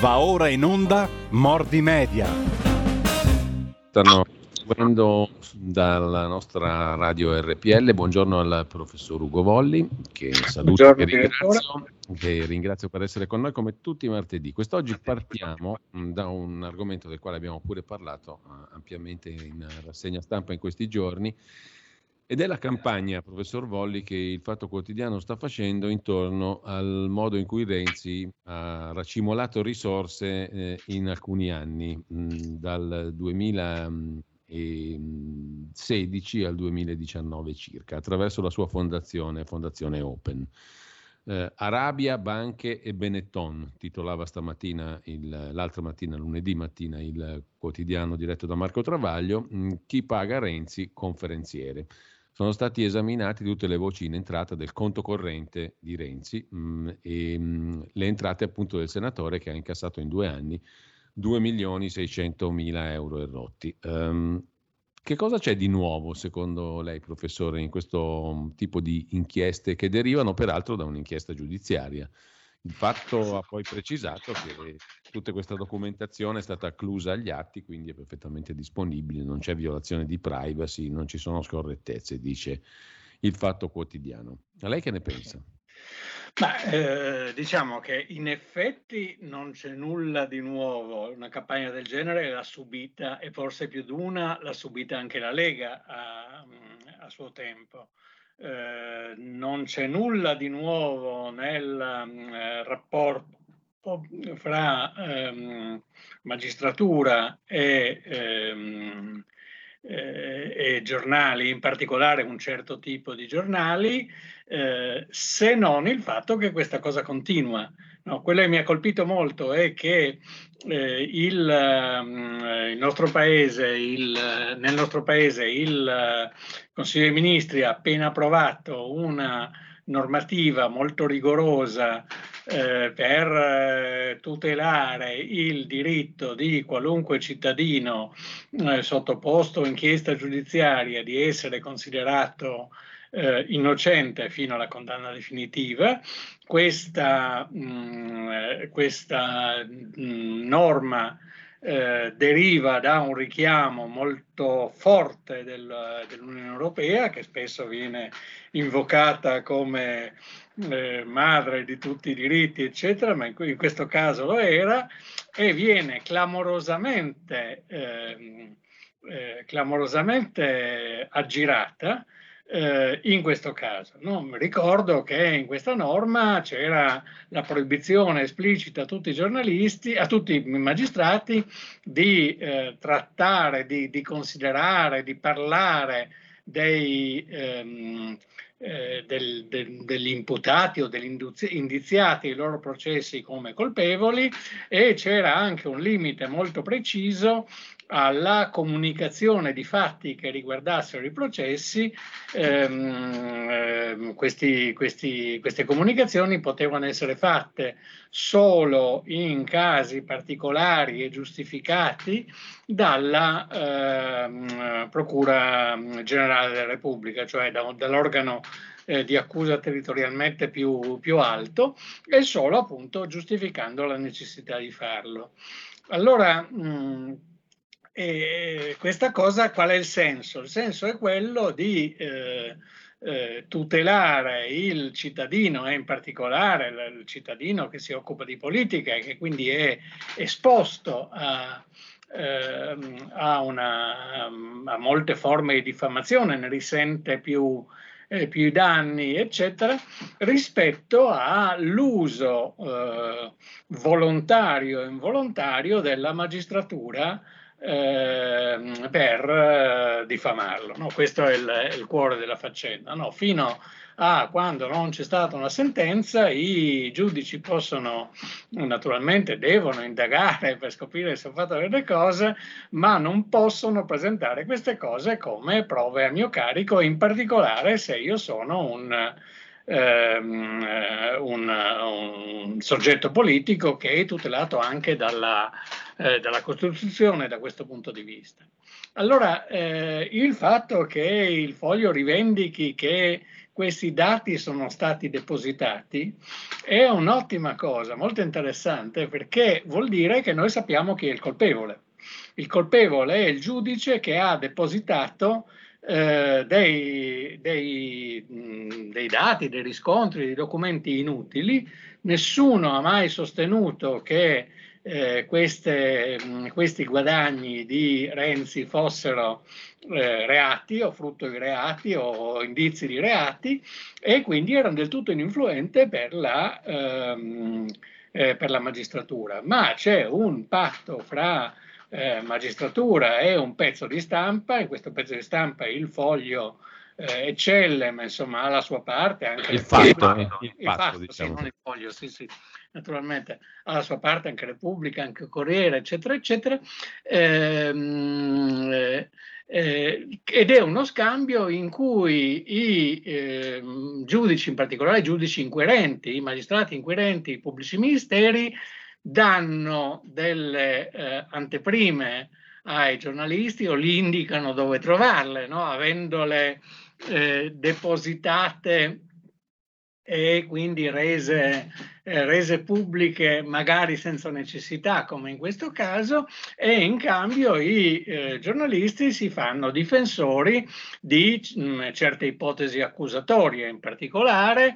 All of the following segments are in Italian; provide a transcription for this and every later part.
Va ora in onda Mordi Media. Stanno seguendo dalla nostra radio RPL. Buongiorno al professor Ugo Volli, che saluto e che ringrazio per essere con noi come tutti i martedì. Quest'oggi partiamo da un argomento del quale abbiamo pure parlato ampiamente in rassegna stampa in questi giorni, ed è la campagna, professor Volli, che il Fatto Quotidiano sta facendo intorno al modo in cui Renzi ha racimolato risorse in alcuni anni, dal 2016 al 2019 circa, attraverso la sua Fondazione Open. Arabia, banche e Benetton, titolava l'altra mattina, lunedì mattina, il quotidiano diretto da Marco Travaglio. Chi paga Renzi? Conferenziere. Sono stati esaminati tutte le voci in entrata del conto corrente di Renzi e le entrate appunto del senatore, che ha incassato in 2 anni 2.600.000 euro e rotti. Che cosa c'è di nuovo, secondo lei, professore, in questo tipo di inchieste, che derivano peraltro da un'inchiesta giudiziaria? Il Fatto ha poi precisato che tutta questa documentazione è stata acclusa agli atti, quindi è perfettamente disponibile, non c'è violazione di privacy, non ci sono scorrettezze, dice il Fatto Quotidiano. A lei che ne pensa? Diciamo che in effetti non c'è nulla di nuovo. Una campagna del genere l'ha subita, e forse più di una l'ha subita anche la Lega a suo tempo. Non c'è nulla di nuovo nel rapporto fra magistratura e giornali, in particolare un certo tipo di giornali, se non il fatto che questa cosa continua. No, quello che mi ha colpito molto è che nel nostro paese il Consiglio dei Ministri ha appena approvato una normativa molto rigorosa per tutelare il diritto di qualunque cittadino sottoposto a inchiesta giudiziaria di essere considerato innocente fino alla condanna definitiva. Questa norma deriva da un richiamo molto forte dell'Unione Europea, che spesso viene invocata come madre di tutti i diritti, eccetera, ma in questo caso lo era, e viene clamorosamente aggirata in questo caso. No? Ricordo che in questa norma c'era la proibizione esplicita a tutti i giornalisti, a tutti i magistrati, di trattare, di considerare, di parlare degli imputati o degli indiziati ai loro processi come colpevoli, e c'era anche un limite molto preciso alla comunicazione di fatti che riguardassero i processi. Queste comunicazioni potevano essere fatte solo in casi particolari e giustificati dalla Procura Generale della Repubblica, cioè dall'organo di accusa territorialmente più alto, e solo appunto giustificando la necessità di farlo. Allora, questa cosa, qual è il senso? Il senso è quello di tutelare il cittadino, e in particolare il cittadino che si occupa di politica e che quindi è esposto a molte forme di diffamazione, ne risente più i danni, eccetera, rispetto all'uso volontario e involontario della magistratura per diffamarlo. No? Questo è il cuore della faccenda. No? Fino a quando non c'è stata una sentenza, i giudici naturalmente devono indagare per scoprire se ho fatto delle cose, ma non possono presentare queste cose come prove a mio carico, in particolare se io sono un soggetto politico che è tutelato anche dalla Costituzione da questo punto di vista. Allora, il fatto che il Foglio rivendichi che questi dati sono stati depositati è un'ottima cosa, molto interessante, perché vuol dire che noi sappiamo chi è il colpevole. Il colpevole è il giudice che ha depositato dei dati, dei riscontri, dei documenti inutili. Nessuno ha mai sostenuto che questi guadagni di Renzi fossero reati o frutto di reati o indizi di reati, e quindi erano del tutto ininfluente per la magistratura. Ma c'è un patto fra magistratura e un pezzo di stampa, e questo pezzo di stampa il Foglio eccelle, ma insomma ha la sua parte, anche il fatto, diciamo. Sì, non il Foglio, sì, naturalmente ha la sua parte, anche Repubblica, anche Corriere, eccetera, eccetera, ed è uno scambio in cui i giudici, in particolare i giudici inquirenti, i magistrati inquirenti, i pubblici ministeri, danno delle anteprime ai giornalisti o gli indicano dove trovarle, no? Avendole depositate e quindi rese pubbliche, magari senza necessità, come in questo caso, e in cambio i giornalisti si fanno difensori di certe ipotesi accusatorie, in particolare,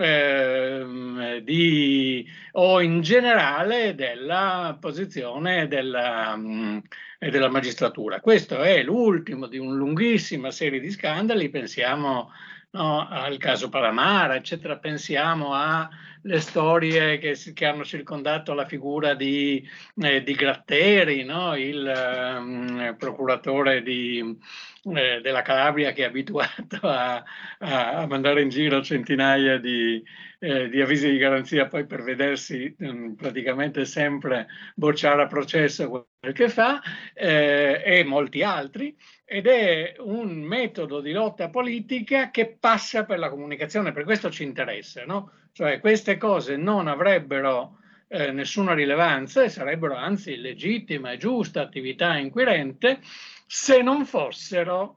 o in generale della posizione della magistratura. Questo è l'ultimo di una lunghissima serie di scandali. Pensiamo al caso Palamara, eccetera, pensiamo alle storie che hanno circondato la figura di Gratteri, no? Il procuratore della Calabria, che è abituato a mandare in giro centinaia di avvisi di garanzia, poi per vedersi praticamente sempre bocciare a processo quel che fa, e molti altri. Ed è un metodo di lotta politica che passa per la comunicazione, per questo ci interessa, no? Cioè queste cose non avrebbero nessuna rilevanza e sarebbero anzi legittima e giusta attività inquirente se non fossero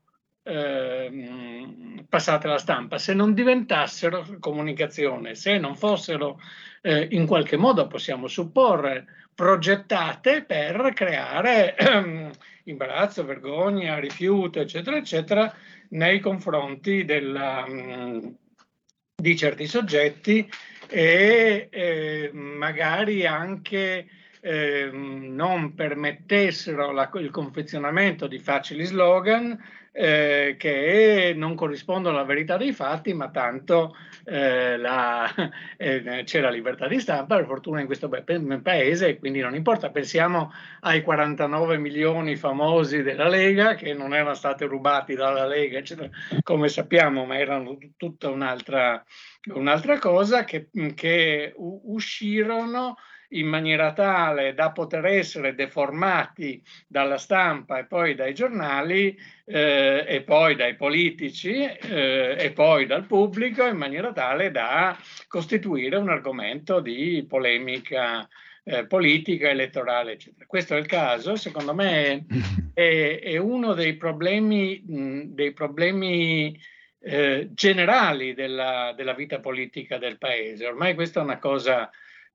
passate alla stampa, se non diventassero comunicazione, se non fossero in qualche modo, possiamo supporre, progettate per creare imbarazzo, vergogna, rifiuto, eccetera, eccetera, nei confronti di certi soggetti, e magari anche non permettessero il confezionamento di facili slogan che non corrispondono alla verità dei fatti, ma tanto c'è la libertà di stampa, per fortuna, in questo paese, e quindi non importa. Pensiamo ai 49 milioni famosi della Lega, che non erano stati rubati dalla Lega, eccetera, come sappiamo, ma erano tutta un'altra cosa, che uscirono in maniera tale da poter essere deformati dalla stampa e poi dai giornali, e poi dai politici, e poi dal pubblico, in maniera tale da costituire un argomento di polemica politica, elettorale, eccetera. Questo è il caso. Secondo me è uno dei problemi generali della vita politica del paese. Ormai questa è una cosa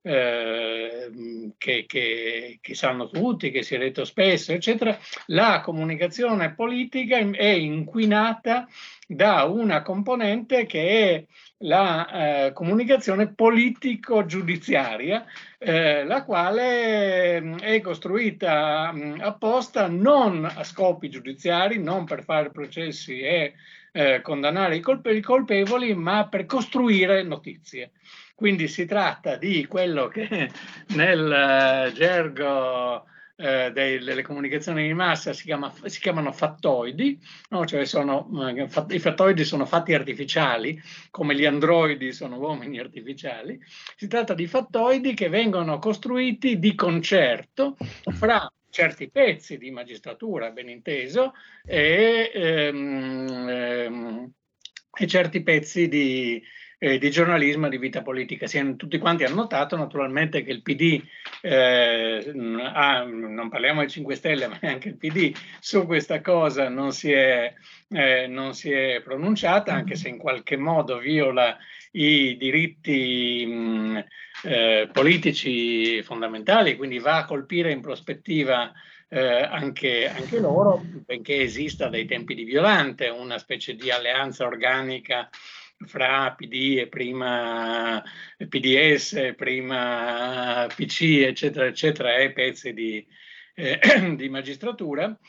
che sanno tutti, che si è detto spesso, eccetera. La comunicazione politica è inquinata da una componente che è la comunicazione politico-giudiziaria, la quale è costruita apposta non a scopi giudiziari, non per fare processi e condannare i colpevoli, ma per costruire notizie. Quindi si tratta di quello che nel gergo delle comunicazioni di massa si chiamano fattoidi, no? Cioè i fattoidi sono fatti artificiali, come gli androidi sono uomini artificiali. Si tratta di fattoidi che vengono costruiti di concerto fra certi pezzi di magistratura, ben inteso, e certi pezzi di di giornalismo e di vita politica. Tutti quanti hanno notato naturalmente che il PD, non parliamo del 5 Stelle, ma anche il PD su questa cosa non si è pronunciata, anche se in qualche modo viola i diritti politici fondamentali, quindi va a colpire in prospettiva anche loro, benché esista dai tempi di Violante una specie di alleanza organica fra PD e prima PDS, prima PC, eccetera, eccetera, e pezzi di magistratura.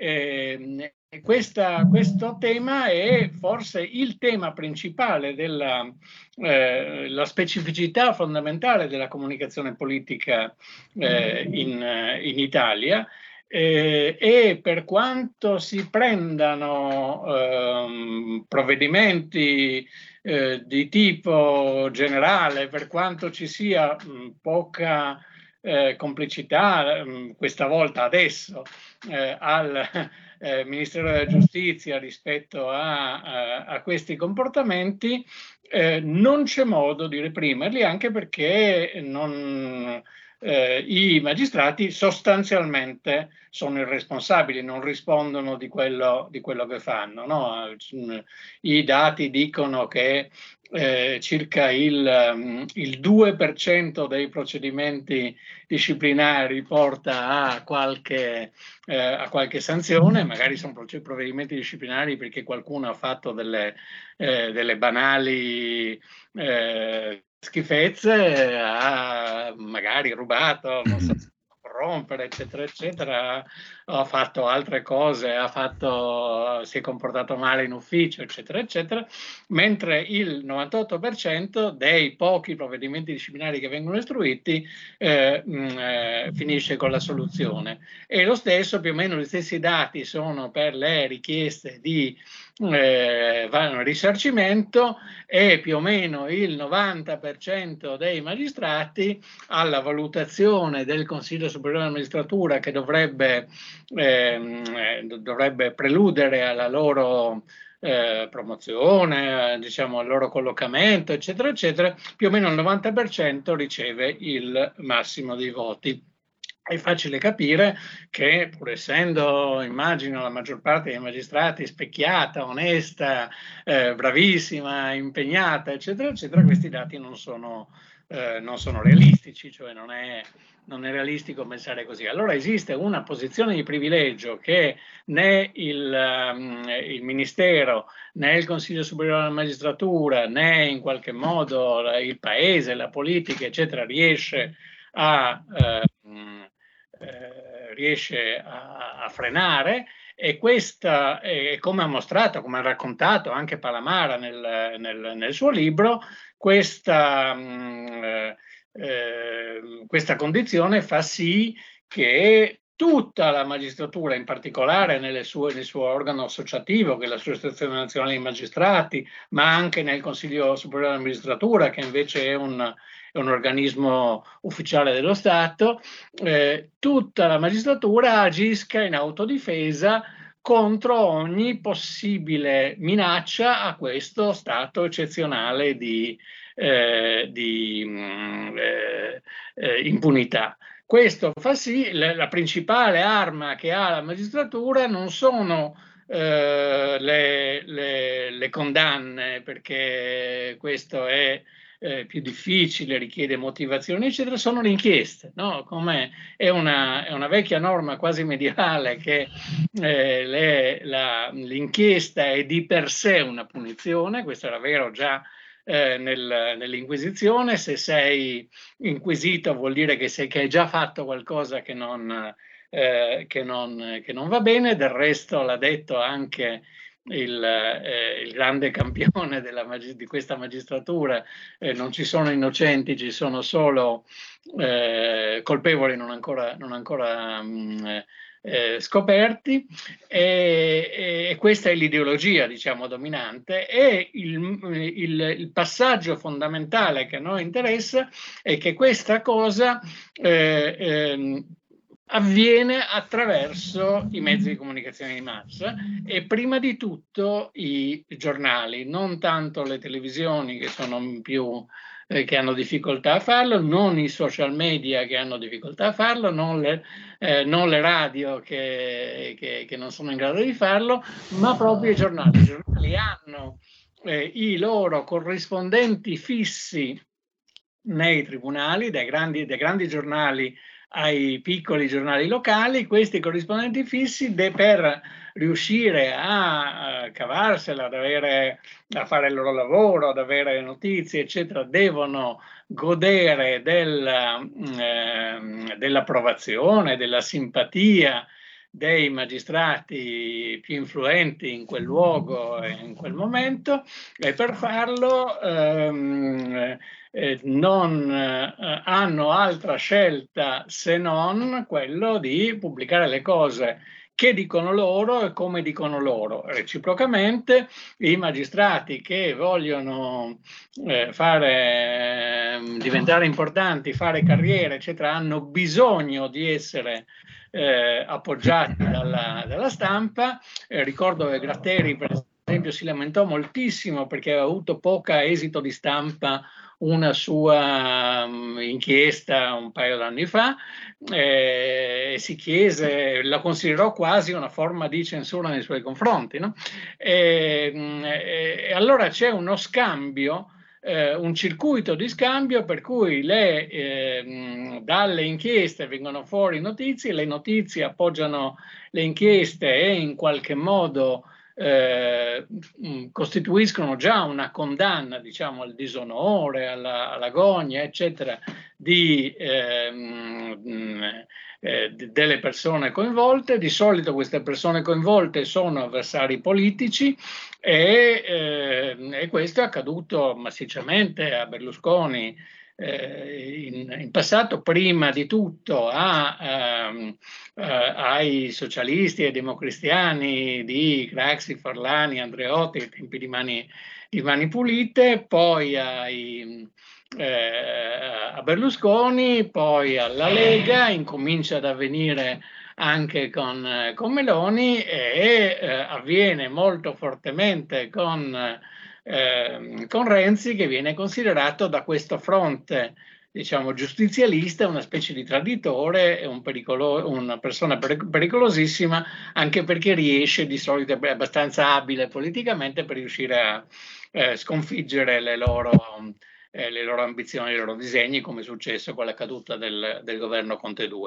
Questo tema è forse il tema principale della la specificità fondamentale della comunicazione politica in Italia. E per quanto si prendano provvedimenti di tipo generale, per quanto ci sia poca complicità, questa volta adesso, al Ministero della Giustizia rispetto a questi comportamenti, non c'è modo di reprimerli, anche perché i magistrati sostanzialmente sono irresponsabili, non rispondono di quello che fanno, no? I dati dicono che circa il 2% dei procedimenti disciplinari porta a qualche sanzione, magari sono provvedimenti disciplinari perché qualcuno ha fatto delle banali schifezze, ha magari rubato, non so, corrompere, eccetera, eccetera, ha fatto altre cose, si è comportato male in ufficio, eccetera, eccetera, mentre il 98% dei pochi provvedimenti disciplinari che vengono istruiti finisce con la soluzione. E lo stesso, più o meno gli stessi dati sono per le richieste di risarcimento, e più o meno il 90% dei magistrati, alla valutazione del Consiglio Superiore della Magistratura, che dovrebbe preludere alla loro promozione, diciamo al loro collocamento, eccetera, eccetera, più o meno il 90% riceve il massimo dei voti. È facile capire che, pur essendo, immagino, la maggior parte dei magistrati specchiata, onesta, bravissima, impegnata, eccetera, eccetera, questi dati non sono realistici, cioè non è realistico pensare così. Allora esiste una posizione di privilegio che né il Ministero, né il Consiglio Superiore della Magistratura, né in qualche modo il Paese, la politica, eccetera, riesce a frenare, e questa, come ha mostrato, come ha raccontato anche Palamara nel suo libro, questa condizione fa sì che tutta la magistratura, in particolare nel suo organo associativo, che è l'Associazione Nazionale dei Magistrati, ma anche nel Consiglio Superiore della Magistratura, che invece è un organismo ufficiale dello Stato, tutta la magistratura agisca in autodifesa contro ogni possibile minaccia a questo stato eccezionale di impunità. Questo fa sì, la principale arma che ha la magistratura non sono le condanne, perché questo è più difficile, richiede motivazioni, eccetera, sono le inchieste, no? Come è una vecchia norma quasi medievale che l'inchiesta è di per sé una punizione. Questo era vero già nell'Inquisizione. Se sei inquisito vuol dire che hai già fatto qualcosa che non va bene. Del resto l'ha detto anche il grande campione di questa magistratura: non ci sono innocenti, ci sono solo colpevoli non ancora scoperti, e questa è l'ideologia, diciamo, dominante. E il passaggio fondamentale che a noi interessa è che questa cosa avviene attraverso i mezzi di comunicazione di massa e prima di tutto i giornali, non tanto le televisioni che sono più che hanno difficoltà a farlo, non i social media che hanno difficoltà a farlo, non le radio che non sono in grado di farlo, ma proprio i giornali. I giornali hanno i loro corrispondenti fissi nei tribunali, dai grandi giornali ai piccoli giornali locali. Questi corrispondenti fissi per riuscire a cavarsela, a fare il loro lavoro, ad avere notizie, eccetera, devono godere dell'approvazione, della simpatia dei magistrati più influenti in quel luogo e in quel momento, e per farlo non hanno altra scelta se non quello di pubblicare le cose che dicono loro e come dicono loro. Reciprocamente, i magistrati che vogliono diventare importanti, fare carriera, eccetera, hanno bisogno di essere appoggiati dalla stampa. Ricordo che Gratteri, per esempio, si lamentò moltissimo perché aveva avuto poca esito di stampa una sua inchiesta un paio d'anni fa, si chiese, la considerò quasi una forma di censura nei suoi confronti, no? Allora c'è uno scambio, un circuito di scambio per cui dalle inchieste vengono fuori notizie, le notizie appoggiano le inchieste e in qualche modo costituiscono già una condanna, diciamo, al disonore, alla gogna, eccetera, delle persone coinvolte. Di solito queste persone coinvolte sono avversari politici e questo è accaduto massicciamente a Berlusconi in passato, prima di tutto ai socialisti e democristiani di Craxi, Forlani, Andreotti, ai tempi di Mani Pulite, poi a Berlusconi, poi alla Lega, incomincia ad avvenire anche con Meloni e avviene molto fortemente con Renzi, che viene considerato da questo fronte, diciamo, giustizialista una specie di traditore e una persona pericolosissima, anche perché riesce, di solito è abbastanza abile politicamente, per riuscire a sconfiggere le loro ambizioni, i loro disegni, come è successo con la caduta del governo Conte 2.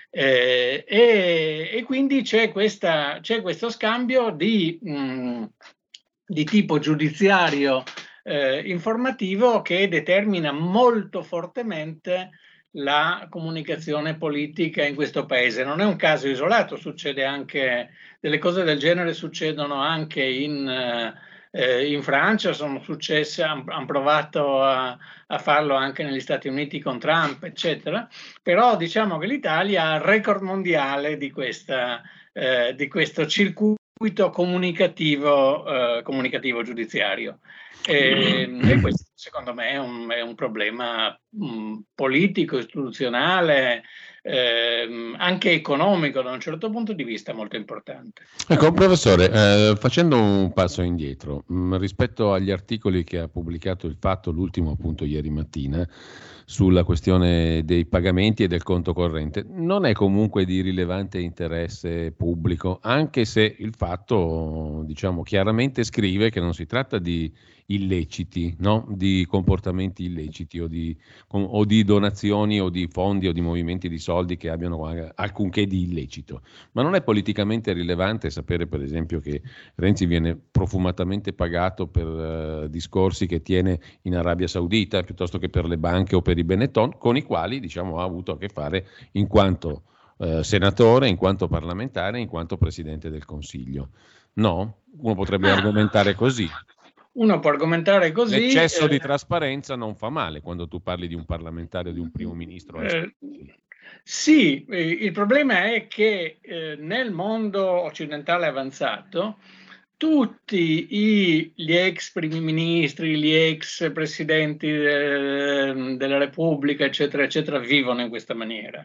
E quindi c'è questo scambio di tipo giudiziario informativo che determina molto fortemente la comunicazione politica in questo paese. Non è un caso isolato, succede anche, delle cose del genere succedono anche in Francia, sono successe, hanno provato a farlo anche negli Stati Uniti con Trump, eccetera. Però diciamo che l'Italia ha il record mondiale di questo circuito comunicativo giudiziario. E questo secondo me è un problema politico, istituzionale, anche economico da un certo punto di vista molto importante. Ecco, professore, facendo un passo indietro rispetto agli articoli che ha pubblicato Il Fatto, l'ultimo appunto ieri mattina, sulla questione dei pagamenti e del conto corrente, non è comunque di rilevante interesse pubblico, anche se Il Fatto, diciamo, chiaramente scrive che non si tratta di illeciti, no? Di comportamenti illeciti o di donazioni o di fondi o di movimenti di soldi che abbiano alcunché di illecito. Ma non è politicamente rilevante sapere, per esempio, che Renzi viene profumatamente pagato per discorsi che tiene in Arabia Saudita piuttosto che per le banche o per i Benetton, con i quali, diciamo, ha avuto a che fare in quanto senatore, in quanto parlamentare, in quanto presidente del Consiglio. No? Uno potrebbe argomentare così. Uno può argomentare così. L'eccesso di trasparenza non fa male quando tu parli di un parlamentare o di un primo ministro. Sì, il problema è che nel mondo occidentale avanzato tutti gli ex primi ministri, gli ex presidenti della Repubblica, eccetera, eccetera, vivono in questa maniera.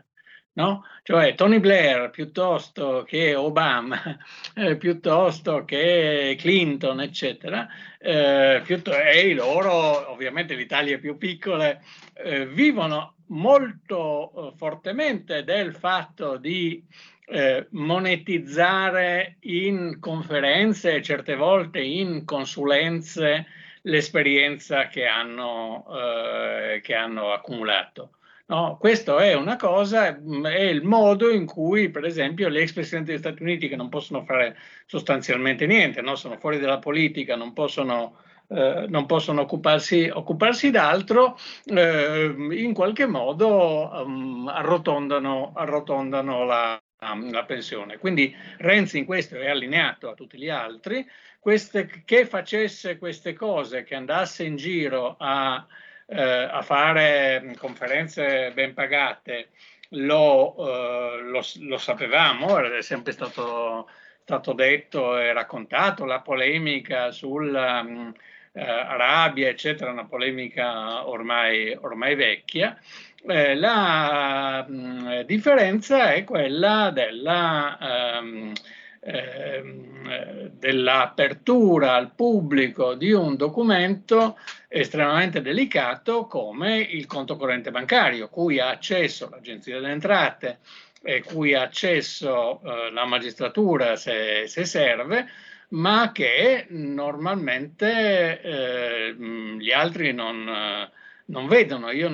no? Cioè Tony Blair piuttosto che Obama, piuttosto che Clinton, eccetera, e loro, ovviamente l'Italia è più piccola, vivono molto fortemente del fatto di monetizzare in conferenze, certe volte in consulenze, l'esperienza che hanno accumulato. No, questo è una cosa, è il modo in cui, per esempio, gli ex presidenti degli Stati Uniti, che non possono fare sostanzialmente niente, no? Sono fuori dalla politica, non possono occuparsi d'altro, in qualche modo arrotondano la pensione. Quindi Renzi in questo è allineato a tutti gli altri. Che facesse queste cose, che andasse in giro a fare conferenze ben pagate, lo sapevamo, era sempre stato detto e raccontato, la polemica sul Arabia, eccetera, una polemica ormai vecchia. La differenza è quella dell'apertura al pubblico di un documento estremamente delicato come il conto corrente bancario, cui ha accesso l'Agenzia delle Entrate e cui ha accesso la magistratura se serve, ma che normalmente gli altri non vedono. Io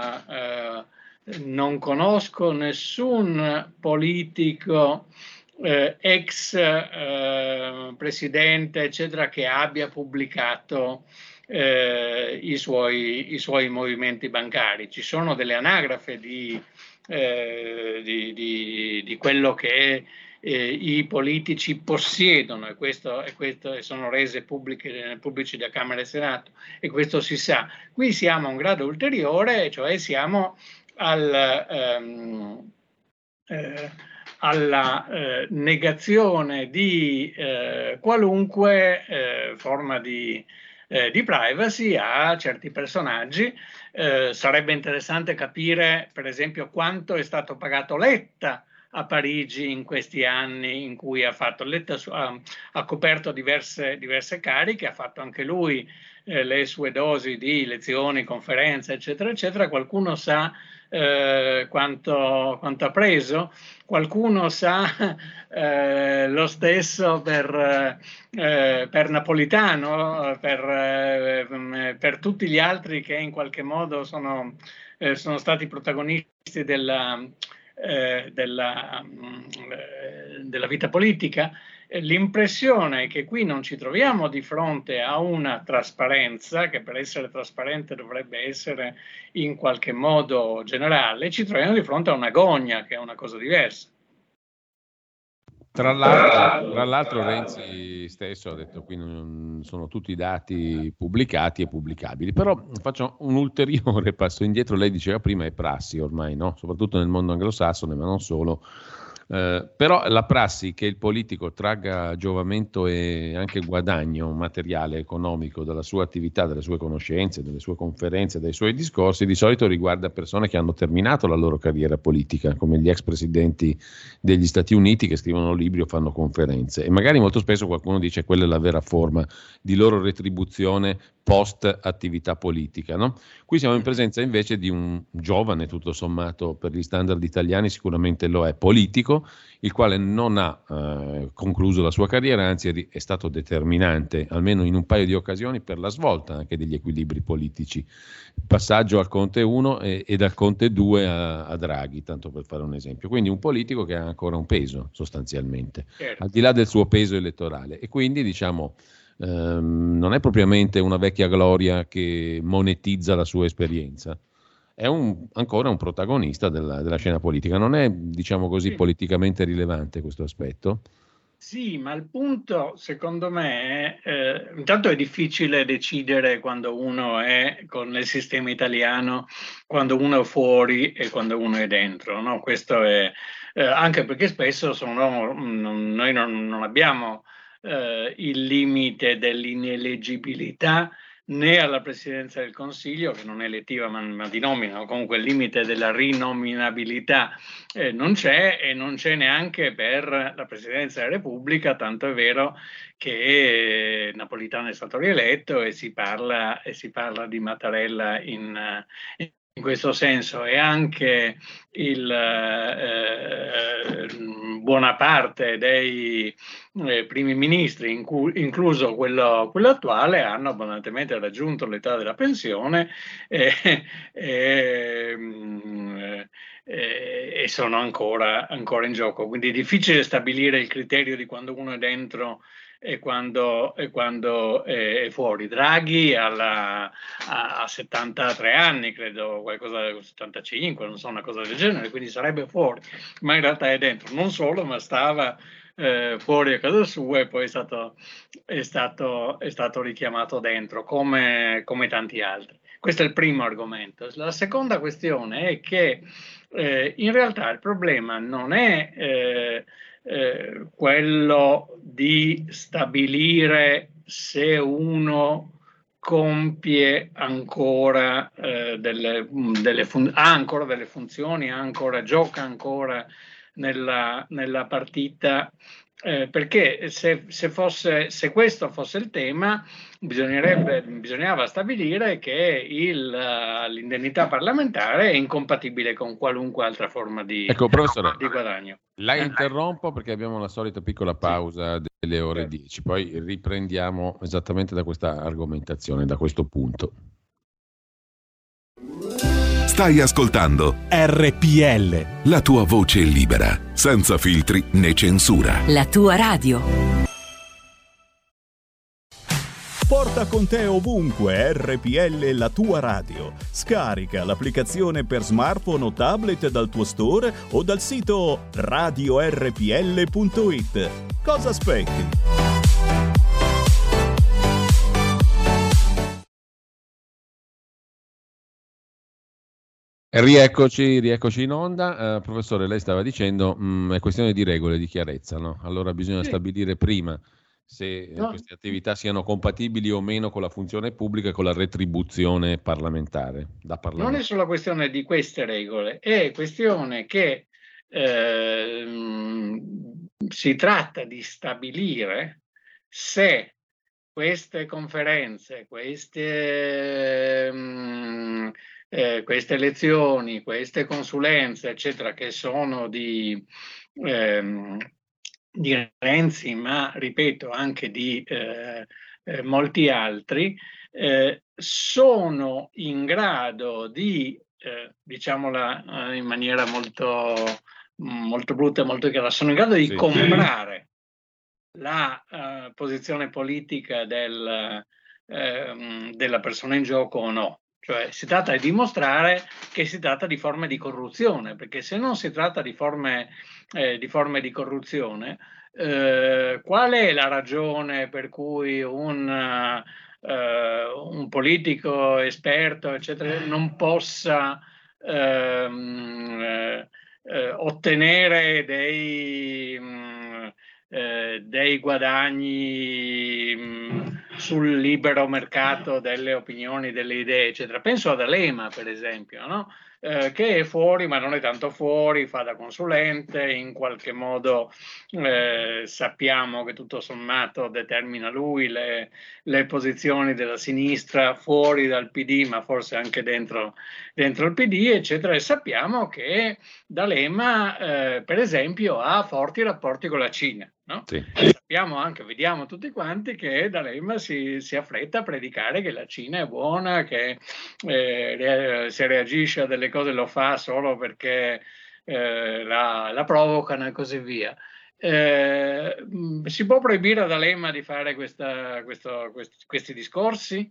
non conosco nessun politico ex presidente, eccetera, che abbia pubblicato i suoi movimenti bancari. Ci sono delle anagrafe di quello che i politici possiedono, e sono rese pubblici da Camera e Senato, e questo si sa. Qui siamo a un grado ulteriore, cioè siamo alla negazione di qualunque forma di privacy a certi personaggi. Sarebbe interessante capire, per esempio, quanto è stato pagato Letta a Parigi in questi anni in cui Letta ha coperto diverse cariche, ha fatto anche lui le sue dosi di lezioni, conferenze, eccetera, eccetera. Qualcuno sa quanto ha preso? Qualcuno sa lo stesso per Napolitano, per tutti gli altri che in qualche modo sono stati protagonisti della vita politica. L'impressione è che qui non ci troviamo di fronte a una trasparenza, che per essere trasparente dovrebbe essere in qualche modo generale, ci troviamo di fronte a una gogna, che è una cosa diversa. Tra l'altro Renzi stesso ha detto qui non sono tutti dati pubblicati e pubblicabili, però faccio un ulteriore passo indietro. Lei diceva prima è prassi ormai, no? Soprattutto nel mondo anglosassone, ma non solo. Però la prassi che il politico tragga giovamento e anche guadagno materiale economico dalla sua attività, dalle sue conoscenze, dalle sue conferenze, dai suoi discorsi, di solito riguarda persone che hanno terminato la loro carriera politica, come gli ex presidenti degli Stati Uniti che scrivono libri o fanno conferenze, e magari molto spesso qualcuno dice quella è la vera forma di loro retribuzione post attività politica, no? Qui siamo in presenza invece di un giovane, tutto sommato per gli standard italiani sicuramente lo è, politico, il quale non ha concluso la sua carriera, anzi è stato determinante, almeno in un paio di occasioni, per la svolta anche degli equilibri politici. Passaggio al Conte 1 e dal Conte 2 a Draghi, tanto per fare un esempio. Quindi un politico che ha ancora un peso, sostanzialmente, al di là del suo peso elettorale. E quindi, diciamo, non è propriamente una vecchia gloria che monetizza la sua esperienza. È ancora un protagonista della scena politica. Non è, diciamo così, politicamente rilevante questo aspetto? Sì, ma il punto, secondo me, intanto è difficile decidere quando uno è con il sistema italiano, quando uno è fuori e quando uno è dentro, no? Questo è anche perché spesso noi non abbiamo il limite dell'ineleggibilità né alla Presidenza del Consiglio, che non è elettiva ma di nomina, o comunque il limite della rinominabilità non c'è, e non c'è neanche per la Presidenza della Repubblica, tanto è vero che Napolitano è stato rieletto e si parla di Mattarella in questo senso, e anche buona parte dei primi ministri, incluso quello attuale, hanno abbondantemente raggiunto l'età della pensione e sono ancora in gioco. Quindi è difficile stabilire il criterio di quando uno è dentro e quando è fuori. Draghi a 73 anni, credo, qualcosa 75, non so, una cosa del genere, quindi sarebbe fuori, ma in realtà è dentro. Non solo, ma stava fuori a casa sua e poi è stato richiamato dentro, come tanti altri. Questo è il primo argomento. La seconda questione è che in realtà il problema non è quello di stabilire se uno compie ancora ha ancora delle funzioni, gioca ancora nella partita, perché se questo fosse il tema, bisognava stabilire che l'indennità parlamentare è incompatibile con qualunque altra forma di guadagno. La interrompo perché abbiamo la solita piccola pausa delle ore 10, poi riprendiamo esattamente da questa argomentazione, da questo punto. Stai ascoltando RPL, la tua voce libera, senza filtri né censura. La tua radio. Porta con te ovunque RPL, la tua radio. Scarica l'applicazione per smartphone o tablet dal tuo store o dal sito radiorpl.it. Cosa aspetti? Rieccoci in onda. Professore, lei stava dicendo è questione di regole, di chiarezza, no? Allora bisogna stabilire prima se queste attività siano compatibili o meno con la funzione pubblica e con la retribuzione parlamentare. Non è solo questione di queste regole, è questione che si tratta di stabilire se queste conferenze, queste elezioni, queste consulenze, eccetera, che sono di Renzi, ma ripeto anche di molti altri, sono in grado di, diciamola in maniera molto, molto brutta e molto chiara, sono in grado di comprare la posizione politica della persona in gioco o no. Cioè si tratta di dimostrare che si tratta di forme di corruzione, perché se non si tratta di forme di corruzione, qual è la ragione per cui un politico esperto, eccetera, non possa ottenere dei guadagni sul libero mercato delle opinioni, delle idee, eccetera? Penso ad Alema, per esempio, no? Che è fuori, ma non è tanto fuori, fa da consulente, in qualche modo sappiamo che tutto sommato determina lui le posizioni della sinistra fuori dal PD, ma forse anche dentro il PD, eccetera, e sappiamo che D'Alema, per esempio, ha forti rapporti con la Cina. No? Sì. Sappiamo anche, vediamo tutti quanti che D'Alema si affretta a predicare che la Cina è buona, che se reagisce a delle cose lo fa solo perché la provocano e così via. Si può proibire a D'Alema di fare questi discorsi?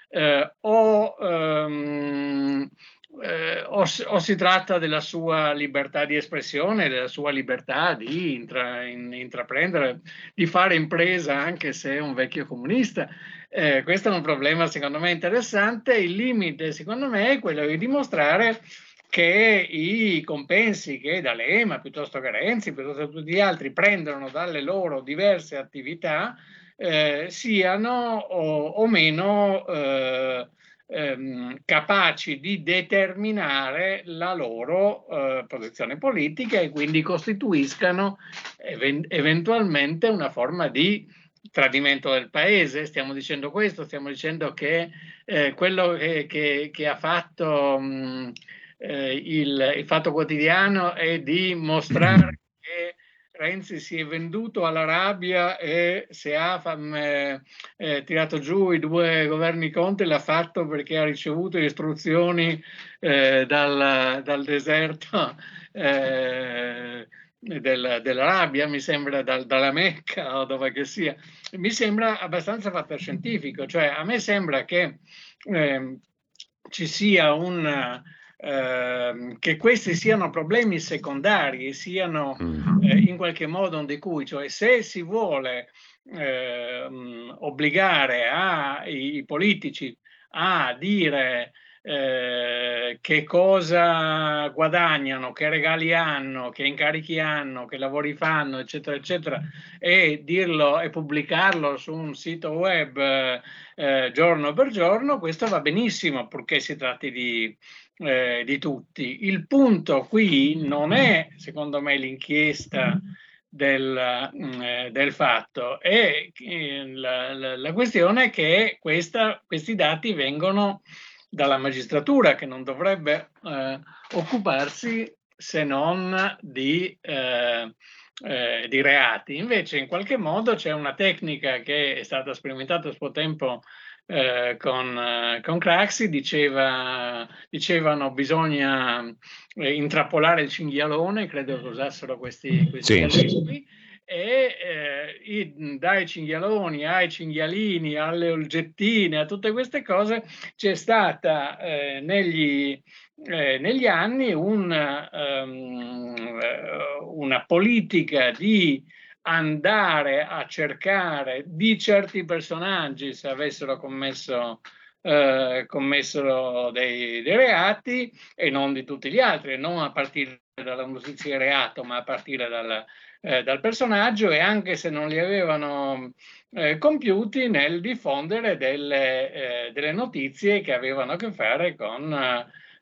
O si tratta della sua libertà di espressione, della sua libertà di intraprendere, di fare impresa anche se è un vecchio comunista? Questo è un problema secondo me interessante. Il limite secondo me è quello di dimostrare che i compensi che D'Alema, piuttosto che Renzi, piuttosto che tutti gli altri prendono dalle loro diverse attività siano o meno capaci di determinare la loro posizione politica e quindi costituiscano eventualmente una forma di tradimento del paese. Stiamo dicendo questo, stiamo dicendo che quello che ha fatto il Fatto Quotidiano è di mostrare che Renzi si è venduto alla rabbia e se ha tirato giù i 2 governi Conte l'ha fatto perché ha ricevuto istruzioni dal deserto dell'Arabia, mi sembra, dalla Mecca o dove che sia. Mi sembra abbastanza fantascientifico, cioè a me sembra che ci sia che questi siano problemi secondari, siano in qualche modo un decuy, cioè se si vuole obbligare i politici a dire che cosa guadagnano, che regali hanno, che incarichi hanno, che lavori fanno, eccetera, eccetera, e dirlo e pubblicarlo su un sito web giorno per giorno, questo va benissimo, purché si tratti di tutti. Il punto qui non è, secondo me, l'inchiesta del fatto, è la questione è che questi dati vengono dalla magistratura, che non dovrebbe occuparsi se non di reati. Invece in qualche modo c'è una tecnica che è stata sperimentata a suo tempo con Craxi, dicevano bisogna intrappolare il cinghialone, credo che usassero questi termini, e dai cinghialoni ai cinghialini alle olgettine, a tutte queste cose c'è stata negli anni una politica di andare a cercare di certi personaggi, se avessero commesso dei reati, e non di tutti gli altri, non a partire dalla notizia di reato, ma a partire dal personaggio, e anche se non li avevano compiuti, nel diffondere delle notizie che avevano a che fare con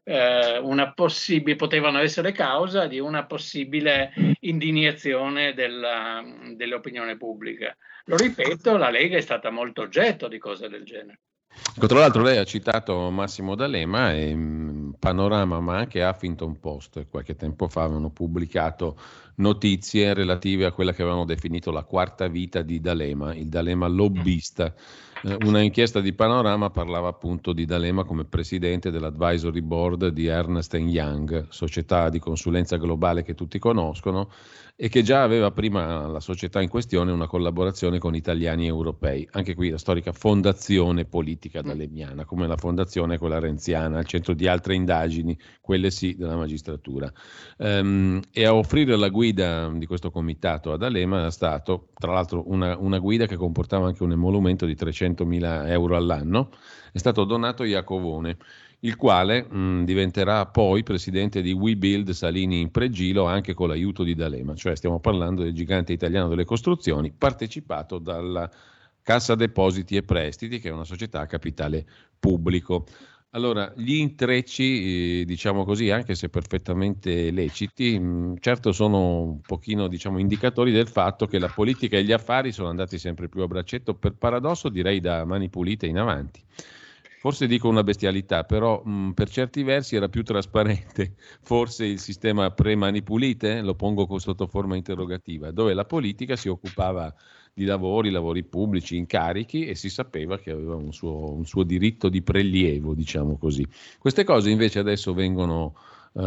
potevano essere causa di una possibile indignazione dell'opinione pubblica. Lo ripeto, la Lega è stata molto oggetto di cose del genere. Tra l'altro lei ha citato Massimo D'Alema e Panorama, ma anche Huffington Post qualche tempo fa avevano pubblicato notizie relative a quella che avevano definito la quarta vita di D'Alema, il D'Alema lobbista. Una inchiesta di Panorama parlava appunto di D'Alema come presidente dell'advisory board di Ernst & Young, società di consulenza globale che tutti conoscono, e che già aveva prima, la società in questione, una collaborazione con italiani e europei. Anche qui la storica fondazione politica d'alemiana, come la fondazione quella renziana, al centro di altre indagini, quelle sì della magistratura. E a offrire la guida di questo comitato ad D'Alema era stato, tra l'altro, una guida che comportava anche un emolumento di 300.000 euro all'anno, è stato Donato Iacovone, il quale diventerà poi presidente di WeBuild Salini in Pregilo, anche con l'aiuto di D'Alema, cioè stiamo parlando del gigante italiano delle costruzioni, partecipato dalla Cassa Depositi e Prestiti, che è una società a capitale pubblico. Allora, gli intrecci, diciamo così, anche se perfettamente leciti, certo sono un pochino, diciamo, indicatori del fatto che la politica e gli affari sono andati sempre più a braccetto, per paradosso direi da Mani Pulite in avanti. Forse dico una bestialità, però per certi versi era più trasparente forse il sistema pre-Mani Pulite, lo pongo sotto forma interrogativa, dove la politica si occupava di lavori pubblici, incarichi, e si sapeva che aveva un suo diritto di prelievo, diciamo così. Queste cose invece adesso vengono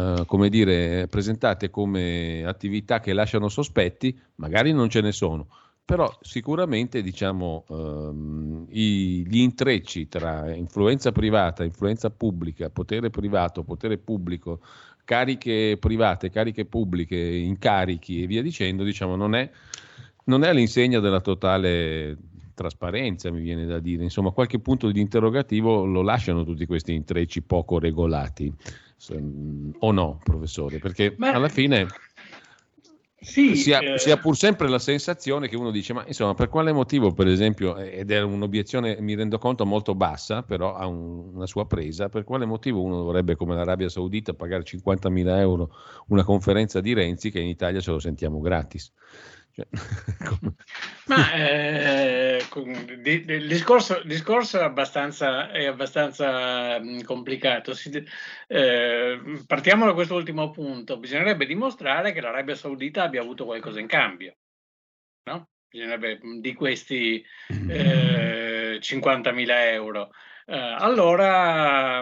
presentate come attività che lasciano sospetti, magari non ce ne sono, però sicuramente diciamo gli intrecci tra influenza privata, influenza pubblica, potere privato, potere pubblico, cariche private, cariche pubbliche, incarichi e via dicendo, diciamo non è all'insegna della totale trasparenza, mi viene da dire. Insomma, qualche punto di interrogativo lo lasciano tutti questi intrecci poco regolati, o no, professore? Perché alla fine Sì, si ha pur sempre la sensazione che uno dice, ma insomma, per quale motivo, per esempio, ed è un'obiezione, mi rendo conto, molto bassa, però ha una sua presa, per quale motivo uno dovrebbe, come l'Arabia Saudita, pagare 50.000 euro una conferenza di Renzi che in Italia ce lo sentiamo gratis? Cioè, ma il discorso è abbastanza complicato. Partiamo da questo ultimo punto. Bisognerebbe dimostrare che l'Arabia Saudita abbia avuto qualcosa in cambio, no? Bisognerebbe di questi 50.000 euro. Allora,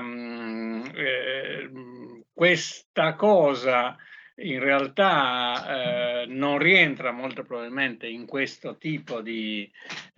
questa cosa in realtà non rientra molto probabilmente in questo tipo di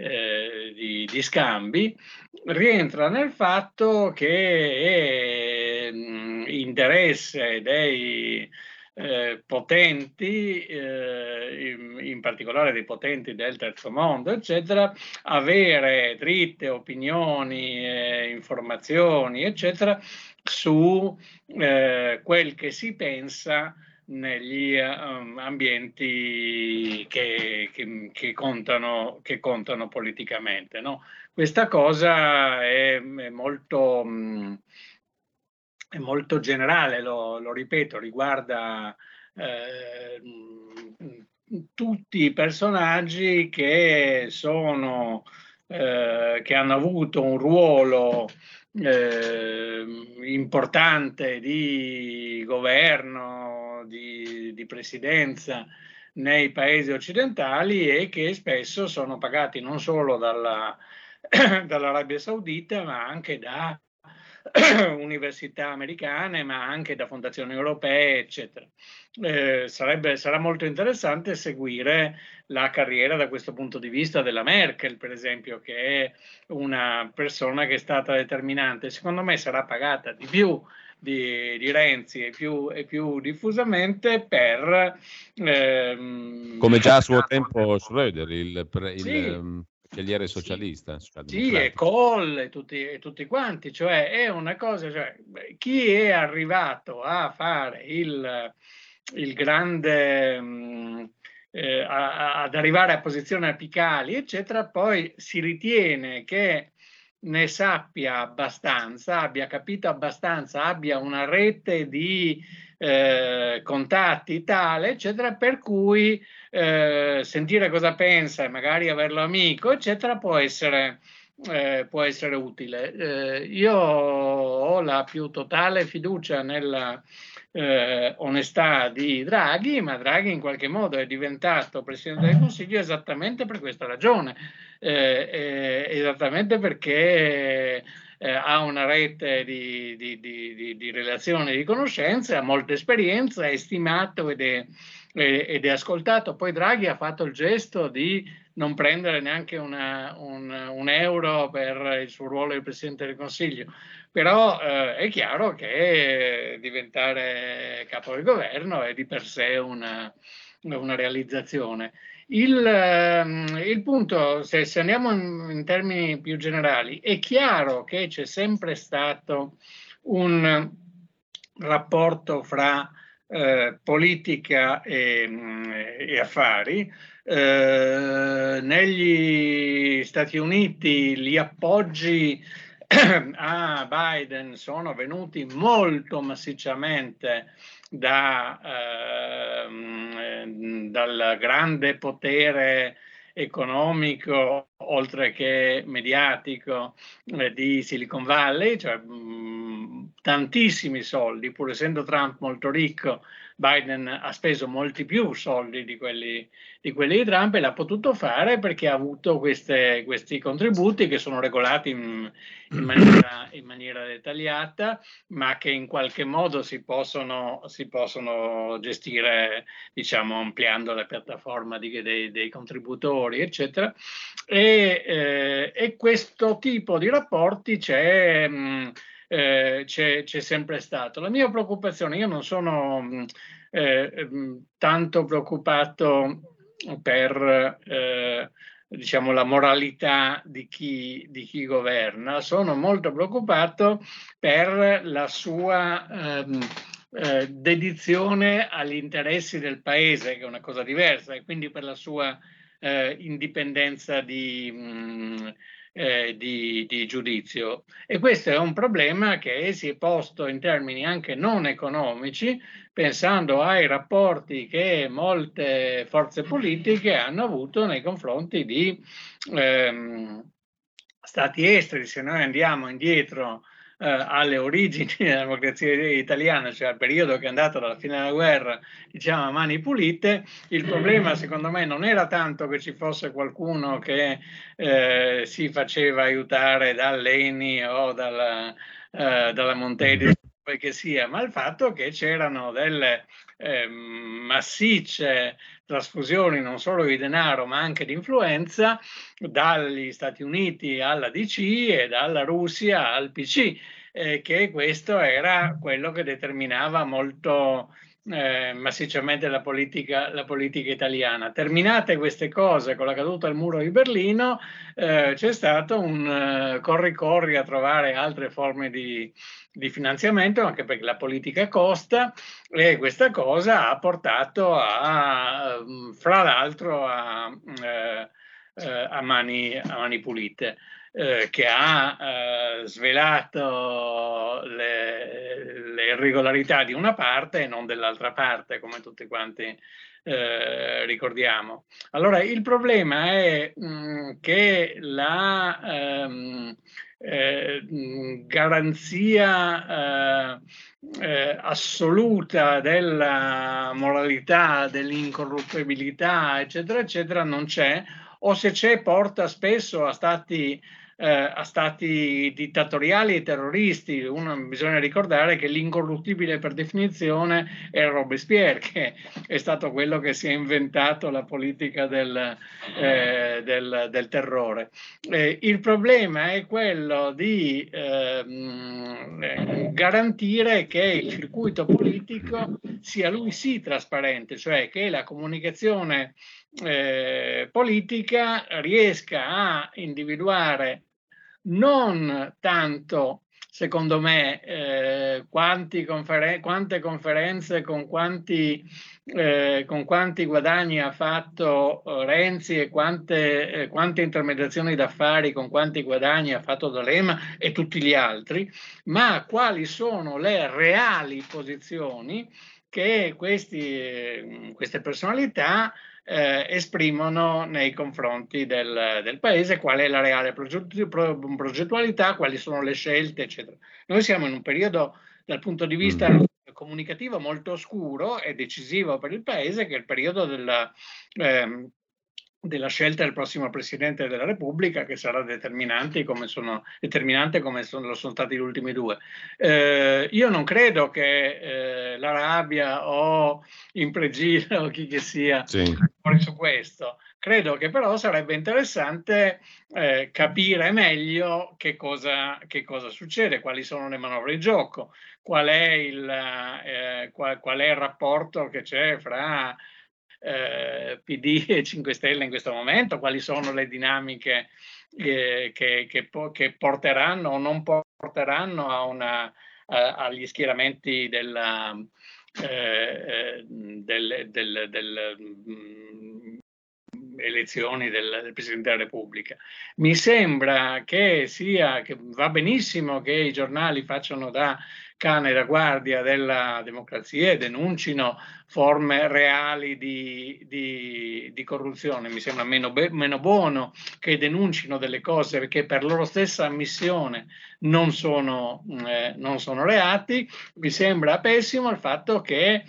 scambi, rientra nel fatto che è interesse dei potenti, in particolare dei potenti del terzo mondo, eccetera, avere dritte opinioni, informazioni, eccetera, su quel che si pensa negli ambienti che contano politicamente, no? Questa cosa è molto generale, lo ripeto, riguarda tutti i personaggi che hanno avuto un ruolo importante di governo, di presidenza nei paesi occidentali e che spesso sono pagati non solo dall'Arabia Saudita, ma anche da università americane, ma anche da fondazioni europee, eccetera. Sarà molto interessante seguire la carriera da questo punto di vista della Merkel, per esempio, che è una persona che è stata determinante. Secondo me sarà pagata di più di Renzi e più diffusamente per come già a suo tempo Schröder, il cancelliere socialista. Sì, e Kohl e tutti quanti, cioè è una cosa, cioè, chi è arrivato a fare il grande, ad arrivare a posizioni apicali, eccetera, poi si ritiene che ne sappia abbastanza, abbia capito abbastanza, abbia una rete di contatti tale, eccetera, per cui sentire cosa pensa e magari averlo amico, eccetera, può essere utile. Io ho la più totale fiducia nella onestà di Draghi, ma Draghi in qualche modo è diventato Presidente del Consiglio esattamente per questa ragione, esattamente perché ha una rete di relazioni e di conoscenze, ha molta esperienza, è stimato ed è ascoltato. Poi Draghi ha fatto il gesto di non prendere neanche un euro per il suo ruolo di Presidente del Consiglio, però è chiaro che diventare capo del governo è di per sé una realizzazione. Il punto, se andiamo in termini più generali, è chiaro che c'è sempre stato un rapporto fra politica e affari. Negli Stati Uniti gli appoggi a Biden sono venuti molto massicciamente dal grande potere economico oltre che mediatico di Silicon Valley, cioè tantissimi soldi, pur essendo Trump molto ricco. Biden ha speso molti più soldi di quelli di Trump e l'ha potuto fare perché ha avuto questi contributi che sono regolati in maniera dettagliata, ma che in qualche modo si possono gestire, diciamo, ampliando la piattaforma dei contributori, eccetera. E questo tipo di rapporti c'è sempre stato. La mia preoccupazione, io non sono tanto preoccupato per diciamo la moralità di chi governa, sono molto preoccupato per la sua dedizione agli interessi del paese, che è una cosa diversa, e quindi per la sua indipendenza di giudizio. E questo è un problema che si è posto in termini anche non economici, pensando ai rapporti che molte forze politiche hanno avuto nei confronti di stati esteri. Se noi andiamo indietro alle origini della democrazia italiana, cioè al periodo che è andato dalla fine della guerra, diciamo, a mani pulite, il problema secondo me non era tanto che ci fosse qualcuno che si faceva aiutare dall'ENI o dalla Montedi, che sia, ma il fatto che c'erano delle massicce trasfusioni non solo di denaro ma anche di influenza dagli Stati Uniti alla DC e dalla Russia al PC, che questo era quello che determinava molto massicciamente la politica italiana. Terminate queste cose con la caduta del muro di Berlino, c'è stato un corri a trovare altre forme di finanziamento, anche perché la politica costa, e questa cosa ha portato fra l'altro a mani pulite, che ha svelato le irregolarità di una parte e non dell'altra parte, come tutti quanti ricordiamo. Allora, il problema è che la garanzia assoluta della moralità, dell'incorruttibilità, eccetera, eccetera, non c'è, o se c'è porta spesso a stati dittatoriali e terroristi. Bisogna ricordare che l'incorruttibile per definizione è Robespierre, che è stato quello che si è inventato la politica del terrore. Il problema è quello di garantire che il circuito politico sia lui sì trasparente, cioè che la comunicazione politica riesca a individuare non tanto, secondo me, quante conferenze con quanti guadagni ha fatto Renzi e quante intermediazioni d'affari con quanti guadagni ha fatto D'Alema e tutti gli altri, ma quali sono le reali posizioni che queste personalità esprimono nei confronti del paese, qual è la reale progettualità, quali sono le scelte, eccetera. Noi siamo in un periodo dal punto di vista comunicativo molto oscuro e decisivo per il paese, che è il periodo della scelta del prossimo Presidente della Repubblica, che sarà determinante come sono stati gli ultimi due. Io non credo che l'Arabia o Impregile o chi che sia fuori su questo. Credo che però sarebbe interessante capire meglio che cosa succede, quali sono le manovre di gioco, qual è il rapporto che c'è fra PD e 5 Stelle in questo momento, quali sono le dinamiche che porteranno o non porteranno agli schieramenti delle elezioni del Presidente della Repubblica. Mi sembra che va benissimo che i giornali facciano da cane da guardia della democrazia e denuncino forme reali di corruzione. Mi sembra meno buono che denuncino delle cose che per loro stessa ammissione non sono reati. Mi sembra pessimo il fatto che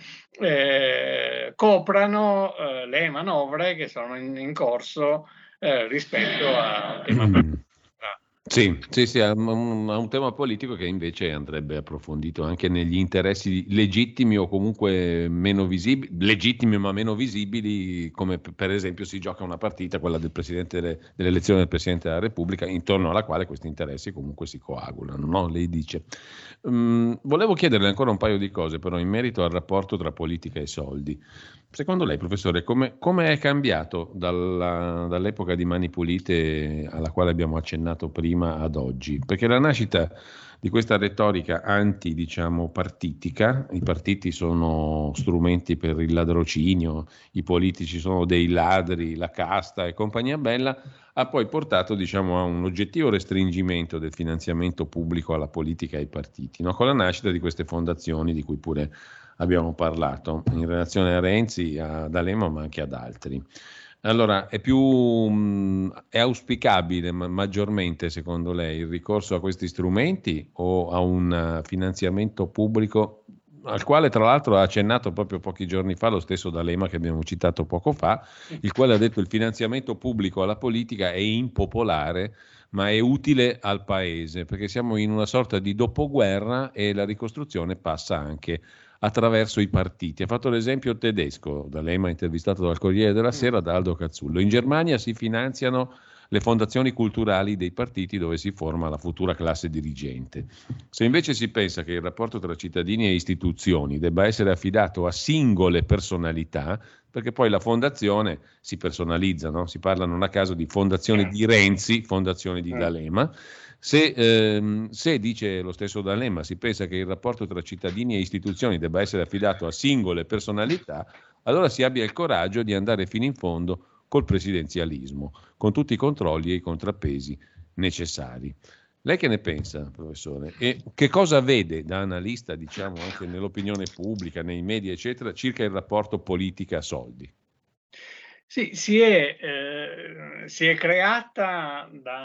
coprano le manovre che sono in corso rispetto a tema. Sì, a un tema politico che invece andrebbe approfondito anche negli interessi legittimi o comunque meno visibili, legittimi ma meno visibili, come per esempio si gioca una partita, quella dell'elezione del Presidente della Repubblica, intorno alla quale questi interessi comunque si coagulano, no? Lei dice. Volevo chiederle ancora un paio di cose però in merito al rapporto tra politica e soldi. Secondo lei, professore, come è cambiato dall'epoca di Mani Pulite alla quale abbiamo accennato prima ad oggi? Perché la nascita di questa retorica diciamo, partitica, i partiti sono strumenti per il ladrocinio, i politici sono dei ladri, la casta e compagnia bella, ha poi portato, diciamo, a un oggettivo restringimento del finanziamento pubblico alla politica e ai partiti, no? Con la nascita di queste fondazioni di cui pure abbiamo parlato in relazione a Renzi, a D'Alema, ma anche ad altri. Allora, è auspicabile maggiormente, secondo lei, il ricorso a questi strumenti o a un finanziamento pubblico al quale tra l'altro ha accennato proprio pochi giorni fa lo stesso D'Alema che abbiamo citato poco fa, il quale ha detto il finanziamento pubblico alla politica è impopolare, ma è utile al paese, perché siamo in una sorta di dopoguerra e la ricostruzione passa anche attraverso i partiti. Ha fatto l'esempio tedesco, D'Alema intervistato dal Corriere della Sera da Aldo Cazzullo. In Germania si finanziano le fondazioni culturali dei partiti dove si forma la futura classe dirigente. Se invece si pensa che il rapporto tra cittadini e istituzioni debba essere affidato a singole personalità, perché poi la fondazione si personalizza, no? Si parla non a caso di fondazione di Renzi, fondazione di D'Alema. Se dice lo stesso D'Alema, si pensa che il rapporto tra cittadini e istituzioni debba essere affidato a singole personalità, allora si abbia il coraggio di andare fino in fondo col presidenzialismo, con tutti i controlli e i contrappesi necessari. Lei che ne pensa, professore? E che cosa vede da analista, diciamo, anche nell'opinione pubblica, nei media, eccetera, circa il rapporto politica-soldi? Sì, si è creata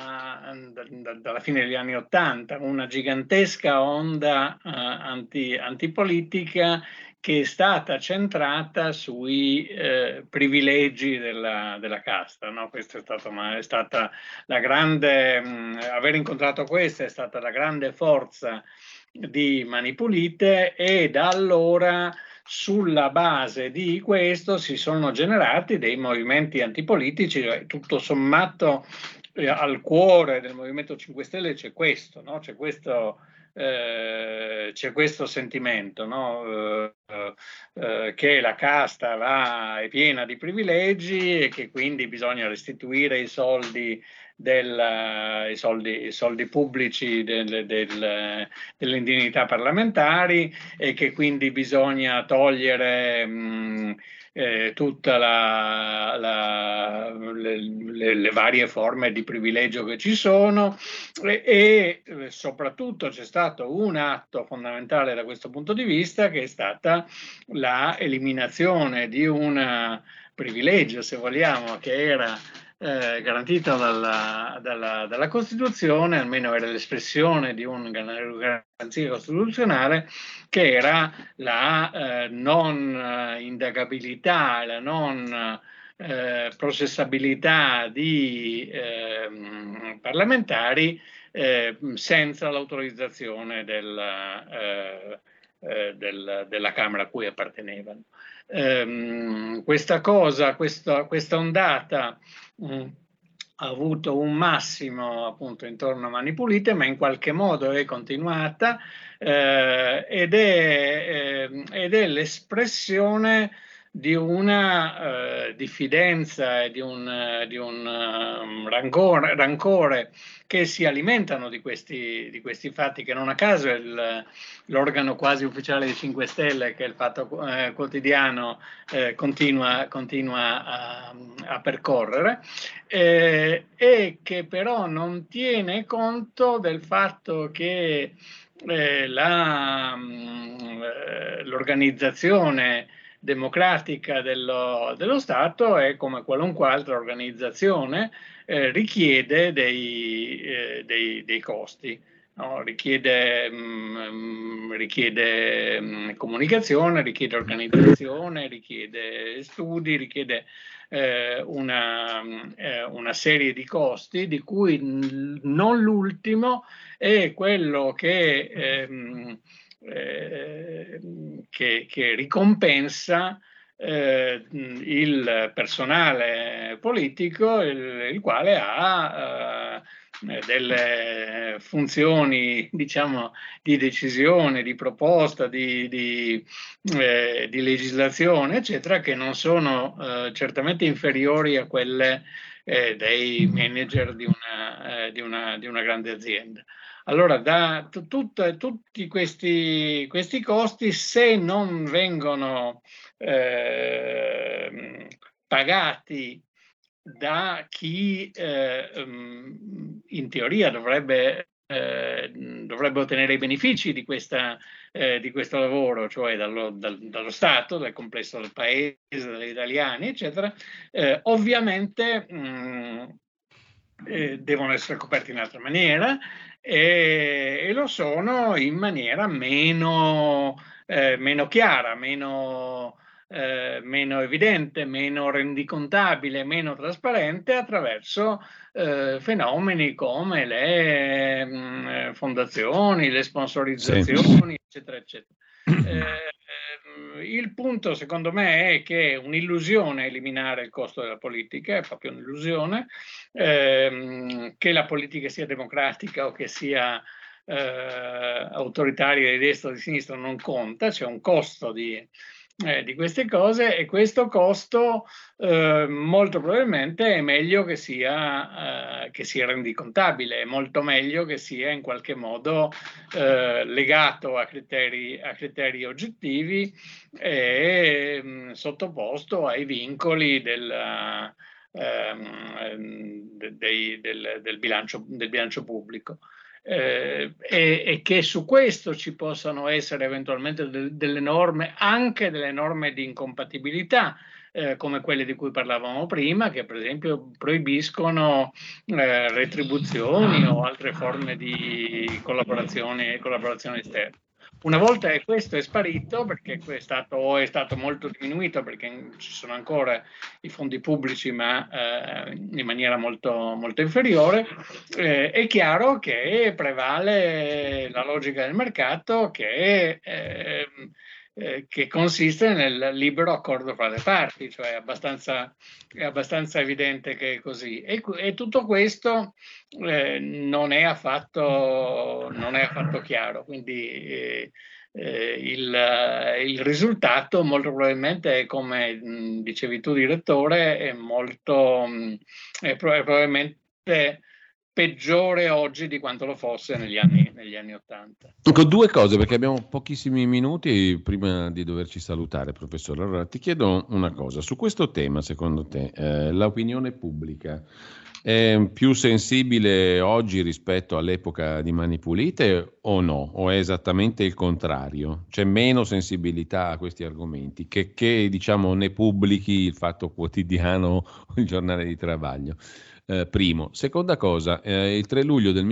dalla fine degli anni '80 una gigantesca onda antipolitica che è stata centrata sui privilegi della casta, no? Questa è stata la grande, aver incontrato questa è stata la grande forza di Mani Pulite, e da allora sulla base di questo si sono generati dei movimenti antipolitici. Tutto sommato al cuore del Movimento 5 Stelle c'è questo, no? C'è questo sentimento, no? Che la casta è piena di privilegi e che quindi bisogna restituire i soldi i soldi pubblici delle indennità parlamentari, e che quindi bisogna togliere tutte le varie forme di privilegio che ci sono, e soprattutto c'è stato un atto fondamentale da questo punto di vista, che è stata la eliminazione di un privilegio, se vogliamo, che era garantito dalla Costituzione, almeno era l'espressione di una garanzia costituzionale, che era la non indagabilità, la non processabilità di parlamentari senza l'autorizzazione della Camera a cui appartenevano. Questa ondata ha avuto un massimo appunto intorno a Mani Pulite, ma in qualche modo è continuata ed è l'espressione di una diffidenza e di un rancore che si alimentano di questi fatti, che non a caso è l'organo quasi ufficiale di 5 Stelle, che è il Fatto Quotidiano, continua a percorrere, e che però non tiene conto del fatto che l'organizzazione democratica dello Stato è, come qualunque altra organizzazione, richiede dei costi, no? Richiede comunicazione, richiede organizzazione, richiede studi, richiede una serie di costi, di cui non l'ultimo è quello che ricompensa il personale politico, il quale ha delle funzioni, diciamo, di decisione, di proposta, di legislazione, eccetera, che non sono certamente inferiori a quelle dei manager di una grande azienda. Allora, tutti questi costi, se non vengono pagati da chi in teoria dovrebbe ottenere i benefici di questo lavoro, cioè dallo Stato, dal complesso del paese, dagli italiani, eccetera, ovviamente devono essere coperti in altra maniera e lo sono in maniera meno chiara, meno evidente, meno rendicontabile, meno trasparente attraverso fenomeni come le fondazioni, le sponsorizzazioni, eccetera, eccetera. Il punto, secondo me, è che è un'illusione eliminare il costo della politica, è proprio un'illusione, che la politica sia democratica o che sia autoritaria di destra o di sinistra non conta, c'è un costo di queste cose, e questo costo molto probabilmente è meglio che sia rendicontabile, è molto meglio che sia in qualche modo legato a criteri oggettivi e sottoposto ai vincoli del bilancio pubblico. E che su questo ci possano essere eventualmente delle norme, anche delle norme di incompatibilità, come quelle di cui parlavamo prima, che per esempio proibiscono retribuzioni o altre forme di collaborazione esterne. Una volta che questo è sparito, perché è stato molto diminuito, perché ci sono ancora i fondi pubblici, ma in maniera molto, molto inferiore, è chiaro che prevale la logica del mercato che consiste nel libero accordo fra le parti, cioè è abbastanza evidente che è così. E tutto questo non è affatto chiaro, quindi il risultato molto probabilmente, come dicevi tu, direttore, è probabilmente peggiore oggi di quanto lo fosse negli anni 80. Ecco, due cose, perché abbiamo pochissimi minuti prima di doverci salutare, professore. Allora, ti chiedo una cosa. Su questo tema, secondo te, l'opinione pubblica è più sensibile oggi rispetto all'epoca di Mani Pulite o no? O è esattamente il contrario? C'è meno sensibilità a questi argomenti che diciamo ne pubblichi il Fatto Quotidiano o il Giornale di Travaglio? Primo. Seconda cosa, il 3 luglio del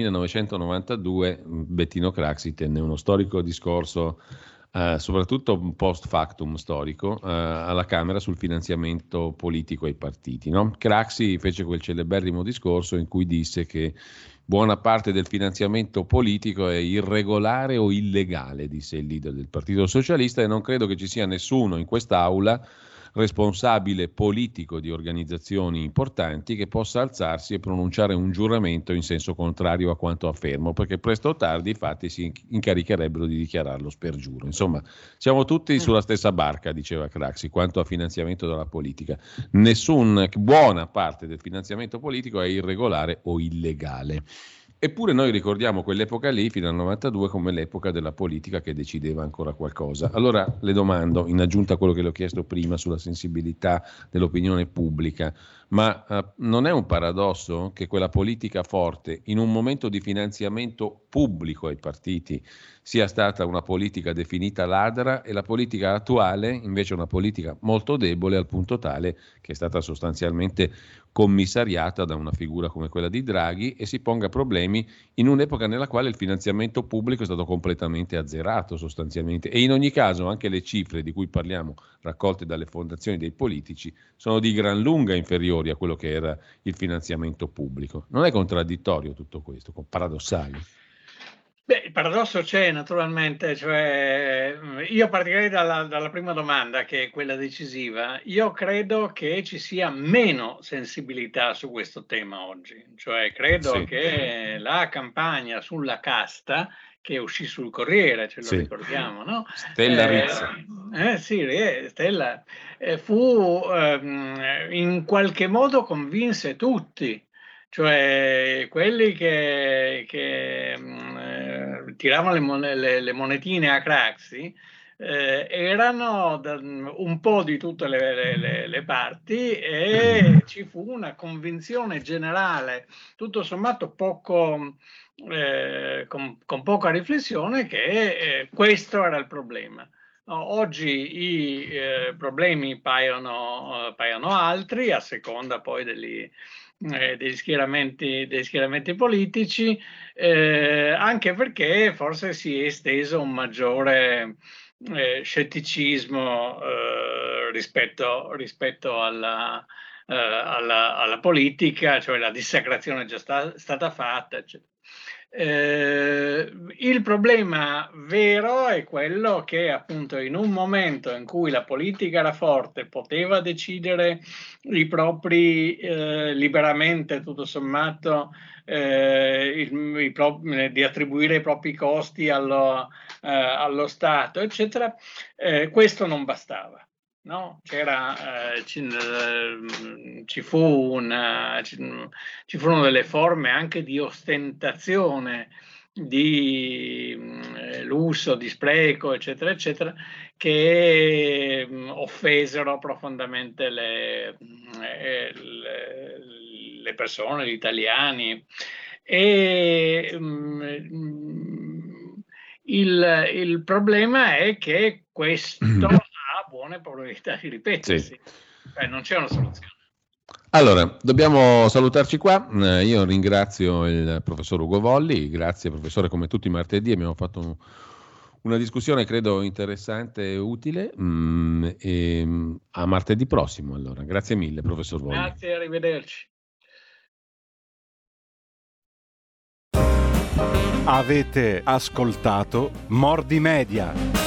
1992 Bettino Craxi tenne uno storico discorso, soprattutto un post factum storico, alla Camera sul finanziamento politico ai partiti. No? Craxi fece quel celeberrimo discorso in cui disse che buona parte del finanziamento politico è irregolare o illegale, disse il leader del Partito Socialista, e non credo che ci sia nessuno in quest'Aula responsabile politico di organizzazioni importanti che possa alzarsi e pronunciare un giuramento in senso contrario a quanto affermo, perché presto o tardi i fatti si incaricherebbero di dichiararlo spergiuro. Insomma, siamo tutti sulla stessa barca, diceva Craxi, quanto a finanziamento della politica. Buona parte del finanziamento politico è irregolare o illegale. Eppure noi ricordiamo quell'epoca lì, fino al 92, come l'epoca della politica che decideva ancora qualcosa. Allora le domando, in aggiunta a quello che le ho chiesto prima sulla sensibilità dell'opinione pubblica, ma non è un paradosso che quella politica forte, in un momento di finanziamento pubblico ai partiti, sia stata una politica definita ladra e la politica attuale invece una politica molto debole, al punto tale che è stata sostanzialmente commissariata da una figura come quella di Draghi, e si ponga problemi in un'epoca nella quale il finanziamento pubblico è stato completamente azzerato sostanzialmente, e in ogni caso anche le cifre di cui parliamo raccolte dalle fondazioni dei politici sono di gran lunga inferiori a quello che era il finanziamento pubblico. Non è contraddittorio tutto questo, paradossale? Beh, il paradosso c'è naturalmente, cioè io partirei dalla prima domanda, che è quella decisiva. Io credo che ci sia meno sensibilità su questo tema oggi, cioè credo che la campagna sulla casta che uscì sul Corriere, ce lo ricordiamo, no? Stella Rizza. Sì, Stella fu in qualche modo convinse tutti. Cioè quelli che tiravano le monetine a Craxi erano un po' di tutte le parti, e ci fu una convinzione generale, tutto sommato poco, con poca riflessione, che questo era il problema. Oggi i problemi paiono altri, a seconda poi degli schieramenti politici, anche perché forse si è esteso un maggiore scetticismo rispetto alla politica, cioè la dissacrazione è già stata fatta, eccetera. Il problema vero è quello che appunto in un momento in cui la politica era forte, poteva decidere i propri liberamente, tutto sommato, di attribuire i propri costi allo Stato, eccetera, questo non bastava. No, ci furono delle forme anche di ostentazione, di lusso, di spreco, eccetera, eccetera, che offesero profondamente le persone, gli italiani. E il problema è che questo ha buone probabilità di ripetersi, cioè non c'è una soluzione. Allora, dobbiamo salutarci qua. Io ringrazio il professor Ugo Volli, grazie professore, come tutti i martedì abbiamo fatto una discussione credo interessante e utile, e a martedì prossimo allora. Grazie mille professor Volli. Grazie, arrivederci. Avete ascoltato Mordi Media.